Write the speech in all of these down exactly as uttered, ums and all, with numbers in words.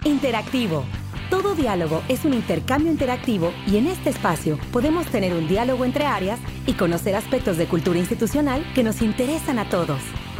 Interactivo. Todo diálogo es un intercambio interactivo y en este espacio podemos tener un diálogo entre áreas y conocer aspectos de cultura institucional que nos interesan a todos.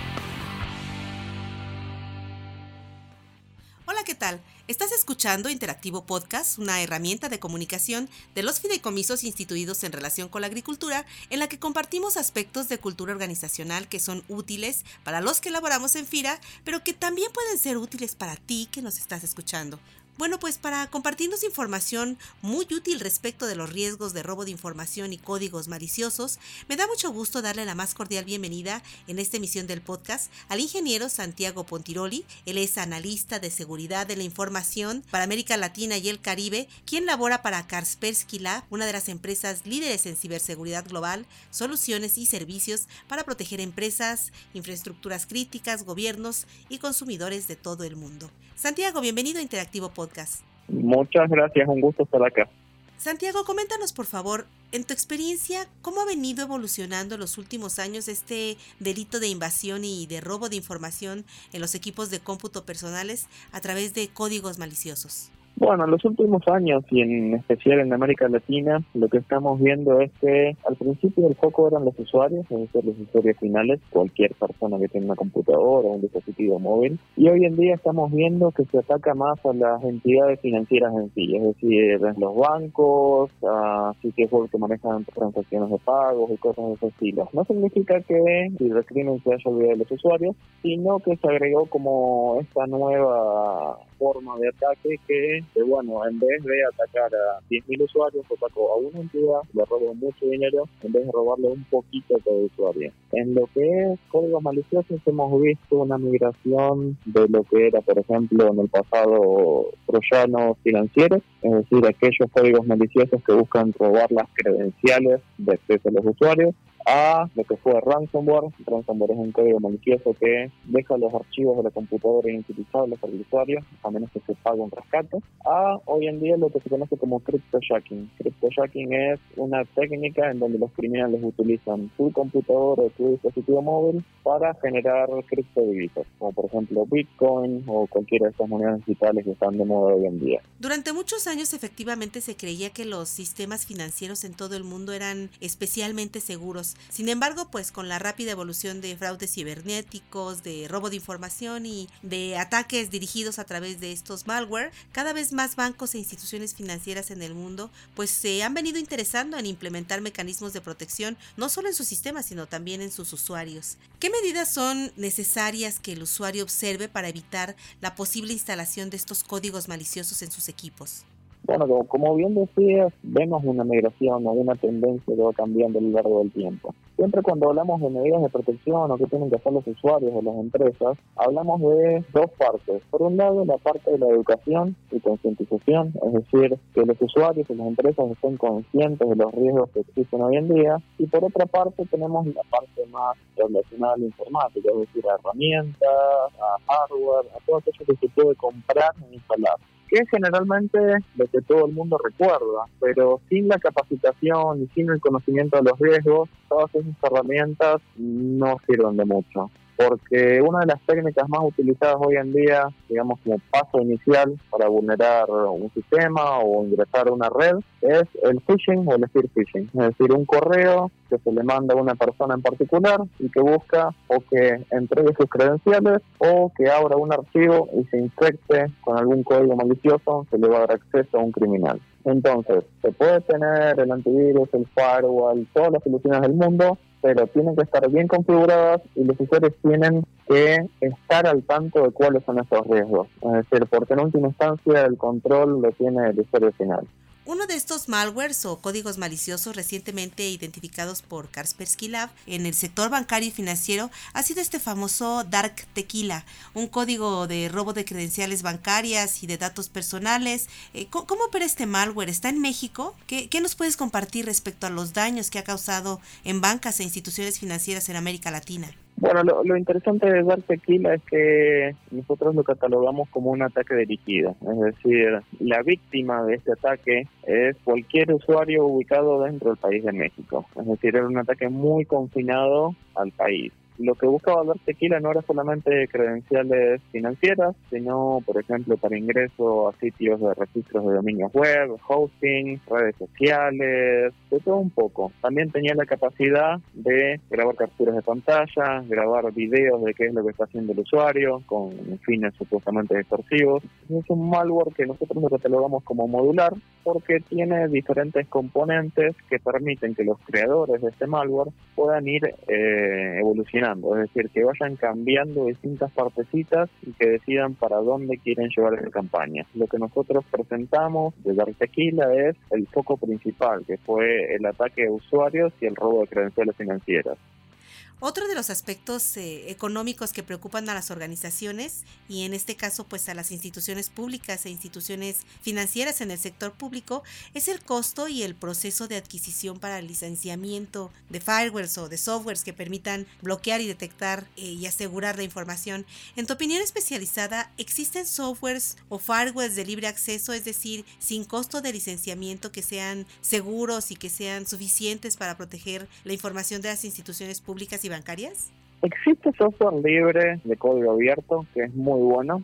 Hola, ¿qué tal? Estás escuchando Interactivo Podcast, una herramienta de comunicación de los fideicomisos instituidos en relación con la agricultura, en la que compartimos aspectos de cultura organizacional que son útiles para los que laboramos en FIRA, pero que también pueden ser útiles para ti que nos estás escuchando. Bueno, pues para compartirnos información muy útil respecto de los riesgos de robo de información y códigos maliciosos, me da mucho gusto darle la más cordial bienvenida en esta emisión del podcast al ingeniero Santiago Pontiroli. Él es analista de seguridad de la información para América Latina y el Caribe, quien labora para Kaspersky Lab, una de las empresas líderes en ciberseguridad global, soluciones y servicios para proteger empresas, infraestructuras críticas, gobiernos y consumidores de todo el mundo. Santiago, bienvenido a Interactivo Podcast. Muchas gracias, un gusto estar acá. Santiago, coméntanos por favor, en tu experiencia, ¿cómo ha venido evolucionando en los últimos años este delito de invasión y de robo de información en los equipos de cómputo personales a través de códigos maliciosos? Bueno, en los últimos años y en especial en América Latina, lo que estamos viendo es que al principio el foco eran los usuarios, es decir, los usuarios finales, cualquier persona que tiene una computadora o un dispositivo móvil, y hoy en día estamos viendo que se ataca más a las entidades financieras en sí, es decir, los bancos, a sitios web que manejan transacciones de pagos y cosas de ese estilo. No significa que el crimen se haya olvidado de los usuarios, sino que se agregó como esta nueva forma de ataque que, que, bueno, en vez de atacar a diez mil usuarios, atacó a una entidad, le robó mucho dinero, en vez de robarle un poquito a cada usuario. En lo que es códigos maliciosos hemos visto una migración de lo que era, por ejemplo, en el pasado troyanos financieros, es decir, aquellos códigos maliciosos que buscan robar las credenciales de acceso a los usuarios, a lo que fue ransomware. Ransomware es un código malicioso que deja los archivos de la computadora inutilizables para el usuario, a menos que se pague un rescate, a hoy en día lo que se conoce como cryptojacking. Cryptojacking es una técnica en donde los criminales utilizan tu computadora o tu dispositivo móvil para generar criptodivisas, como por ejemplo Bitcoin o cualquiera de estas monedas digitales que están de moda hoy en día. Durante muchos años efectivamente se creía que los sistemas financieros en todo el mundo eran especialmente seguros. Sin embargo, pues con la rápida evolución de fraudes cibernéticos, de robo de información y de ataques dirigidos a través de estos malware, cada vez más bancos e instituciones financieras en el mundo pues se han venido interesando en implementar mecanismos de protección no solo en sus sistemas, sino también en sus usuarios. ¿Qué medidas son necesarias que el usuario observe para evitar la posible instalación de estos códigos maliciosos en sus equipos? Bueno, como, como bien decías, vemos una migración o una tendencia que va cambiando a lo largo del tiempo. Siempre cuando hablamos de medidas de protección o qué tienen que hacer los usuarios o las empresas, hablamos de dos partes. Por un lado, la parte de la educación y concientización, es decir, que los usuarios y las empresas estén conscientes de los riesgos que existen hoy en día. Y por otra parte, tenemos la parte más relacionada a la informática, es decir, a herramientas, a hardware, a todo aquello que se puede comprar e instalar, que es generalmente lo que todo el mundo recuerda, pero sin la capacitación y sin el conocimiento de los riesgos, todas esas herramientas no sirven de mucho. Porque una de las técnicas más utilizadas hoy en día, digamos como paso inicial para vulnerar un sistema o ingresar a una red, es el phishing o el spear phishing, es decir, un correo que se le manda a una persona en particular y que busca o que entregue sus credenciales o que abra un archivo y se infecte con algún código malicioso que le va a dar acceso a un criminal. Entonces, se puede tener el antivirus, el firewall, todas las soluciones del mundo, pero tienen que estar bien configuradas y los usuarios tienen que estar al tanto de cuáles son esos riesgos. Es decir, porque en última instancia el control lo tiene el usuario final. Uno de estos malwares o códigos maliciosos recientemente identificados por Kaspersky Lab en el sector bancario y financiero ha sido este famoso Dark Tequila, un código de robo de credenciales bancarias y de datos personales. Eh, ¿cómo, ¿Cómo opera este malware? ¿Está en México? ¿Qué, ¿Qué nos puedes compartir respecto a los daños que ha causado en bancas e instituciones financieras en América Latina? Bueno, lo, lo interesante de Dark Tequila es que nosotros lo catalogamos como un ataque dirigido. Es decir, la víctima de este ataque es cualquier usuario ubicado dentro del país de México. Es decir, era un ataque muy confinado al país. lo que buscaba Dark Tequila no era solamente credenciales financieras, sino, por ejemplo, para ingreso a sitios de registros de dominios web, hosting, redes sociales, de todo un poco. También tenía la capacidad de grabar capturas de pantalla, grabar videos de qué es lo que está haciendo el usuario, con fines supuestamente extorsivos. Es un malware que nosotros lo catalogamos como modular, porque tiene diferentes componentes que permiten que los creadores de este malware puedan ir eh, evolucionando, es decir, que vayan cambiando distintas partecitas y que decidan para dónde quieren llevar esa campaña. Lo que nosotros presentamos de Dark Tequila es el foco principal, que fue el ataque a usuarios y el robo de credenciales financieras. Otro de los aspectos eh, económicos que preocupan a las organizaciones, y en este caso pues a las instituciones públicas e instituciones financieras en el sector público, es el costo y el proceso de adquisición para el licenciamiento de firewalls o de softwares que permitan bloquear y detectar eh, y asegurar la información. En tu opinión especializada, ¿existen softwares o firewalls de libre acceso, es decir, sin costo de licenciamiento, que sean seguros y que sean suficientes para proteger la información de las instituciones públicas y bancarias? Existe software libre de código abierto, que es muy bueno,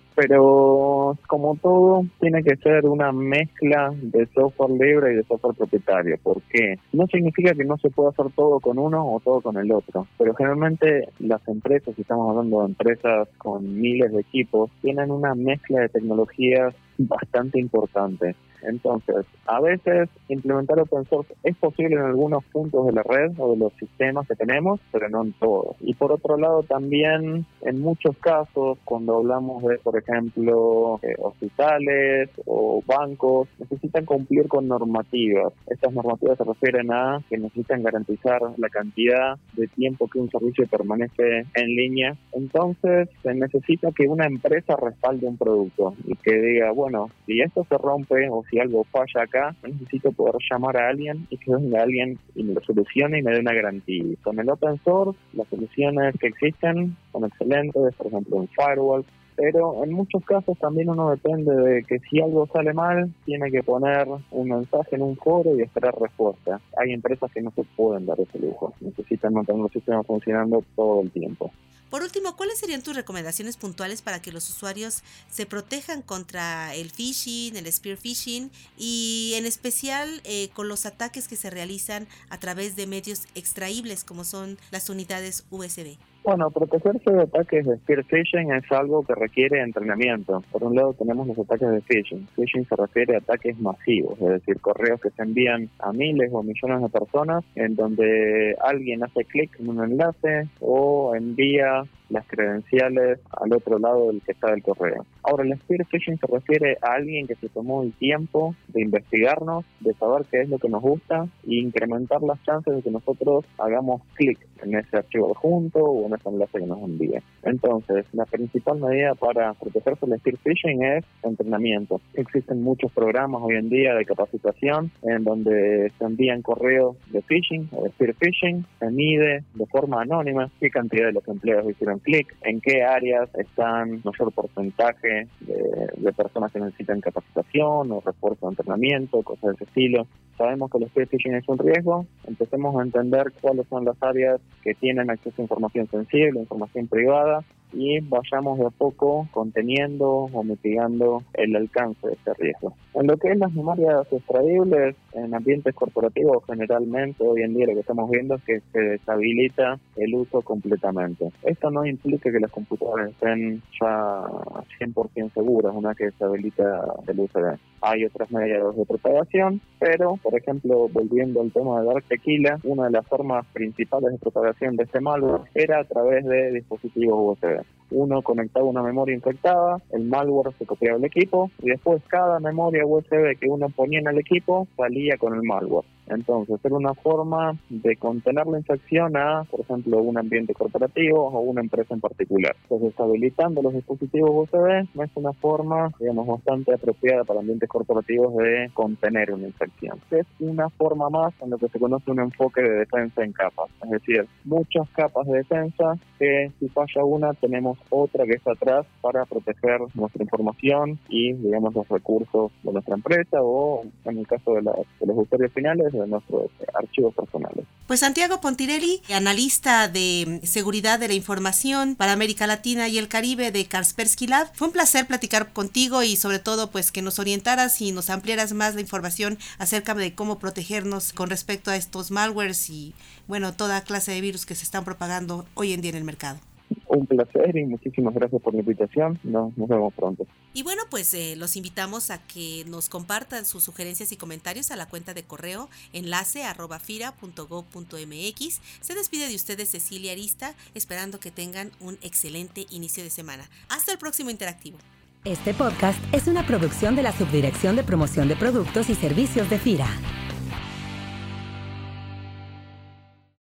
pero como todo, tiene que ser una mezcla de software libre y de software propietario. ¿Por qué? No significa que no se pueda hacer todo con uno o todo con el otro, pero generalmente las empresas, si estamos hablando de empresas con miles de equipos, tienen una mezcla de tecnologías bastante importante. Entonces, a veces implementar open source es posible en algunos puntos de la red o de los sistemas que tenemos, pero no en todos. Y por otro lado, también en muchos casos, cuando hablamos de, por ejemplo, eh, hospitales o bancos, necesitan cumplir con normativas. Estas normativas se refieren a que necesitan garantizar la cantidad de tiempo que un servicio permanece en línea. Entonces, se necesita que una empresa respalde un producto y que diga, bueno, si esto se rompe o si algo falla acá, necesito poder llamar a alguien y que venga alguien y me lo solucione y me dé una garantía. Con el open source, las soluciones que existen son excelentes, por ejemplo, un firewall, pero en muchos casos también uno depende de que si algo sale mal, tiene que poner un mensaje en un foro y esperar respuesta. Hay empresas que no se pueden dar ese lujo, necesitan mantener los sistemas funcionando todo el tiempo. Por último, ¿cuáles serían tus recomendaciones puntuales para que los usuarios se protejan contra el phishing, el spear phishing y en especial eh, con los ataques que se realizan a través de medios extraíbles como son las unidades U S B? Bueno, protegerse de ataques de spear phishing es algo que requiere entrenamiento. Por un lado tenemos los ataques de phishing. Phishing se refiere a ataques masivos, es decir, correos que se envían a miles o millones de personas en donde alguien hace clic en un enlace o envía las credenciales al otro lado del que está del correo. Ahora, el spear phishing se refiere a alguien que se tomó el tiempo de investigarnos, de saber qué es lo que nos gusta e incrementar las chances de que nosotros hagamos clic en ese archivo adjunto o en ese enlace que nos envíe. Entonces, la principal medida para protegerse del spear phishing es entrenamiento. Existen muchos programas hoy en día de capacitación en donde se envían correos de phishing o de spear phishing, se mide de forma anónima qué cantidad de los empleados hicieron clic, en qué áreas están mayor porcentaje de, de personas que necesitan capacitación o refuerzo de entrenamiento, cosas de ese estilo. Sabemos que el spear phishing es un riesgo, empecemos a entender cuáles son las áreas que tienen acceso a información sensible, información privada, y vayamos de a poco conteniendo o mitigando el alcance de este riesgo. En lo que es las memorias extraíbles, en ambientes corporativos generalmente hoy en día lo que estamos viendo es que se deshabilita el uso completamente. Esto no implica que las computadoras estén ya cien por ciento seguras una vez que se habilita el U S B. Hay otras medidas de propagación, pero, por ejemplo, volviendo al tema de Dark Tequila, una de las formas principales de propagación de este malware era a través de dispositivos U S B. Uno conectaba una memoria infectada, el malware se copiaba al equipo y después cada memoria U S B que uno ponía en el equipo salía con el malware. Entonces, era una forma de contener la infección a, por ejemplo, un ambiente corporativo o una empresa en particular. Entonces, deshabilitando los dispositivos U S B no es una forma, digamos, bastante apropiada para ambientes corporativos de contener una infección. Es una forma más en lo que se conoce un enfoque de defensa en capas. Es decir, muchas capas de defensa que si falla una tenemos otra que está atrás para proteger nuestra información y, digamos, los recursos de nuestra empresa o, en el caso de, la, de los usuarios finales, de nuestros archivos personales. Pues Santiago Pontirelli, analista de seguridad de la información para América Latina y el Caribe de Kaspersky Lab, fue un placer platicar contigo y sobre todo pues que nos orientaras y nos ampliaras más la información acerca de cómo protegernos con respecto a estos malwares y bueno, toda clase de virus que se están propagando hoy en día en el mercado. Un placer y muchísimas gracias por la invitación. Nos, nos vemos pronto. Y bueno, pues eh, los invitamos a que nos compartan sus sugerencias y comentarios a la cuenta de correo enlace arroba fira punto gob punto mx. Se despide de ustedes Cecilia Arista, esperando que tengan un excelente inicio de semana. Hasta el próximo Interactivo. Este podcast es una producción de la Subdirección de Promoción de Productos y Servicios de FIRA.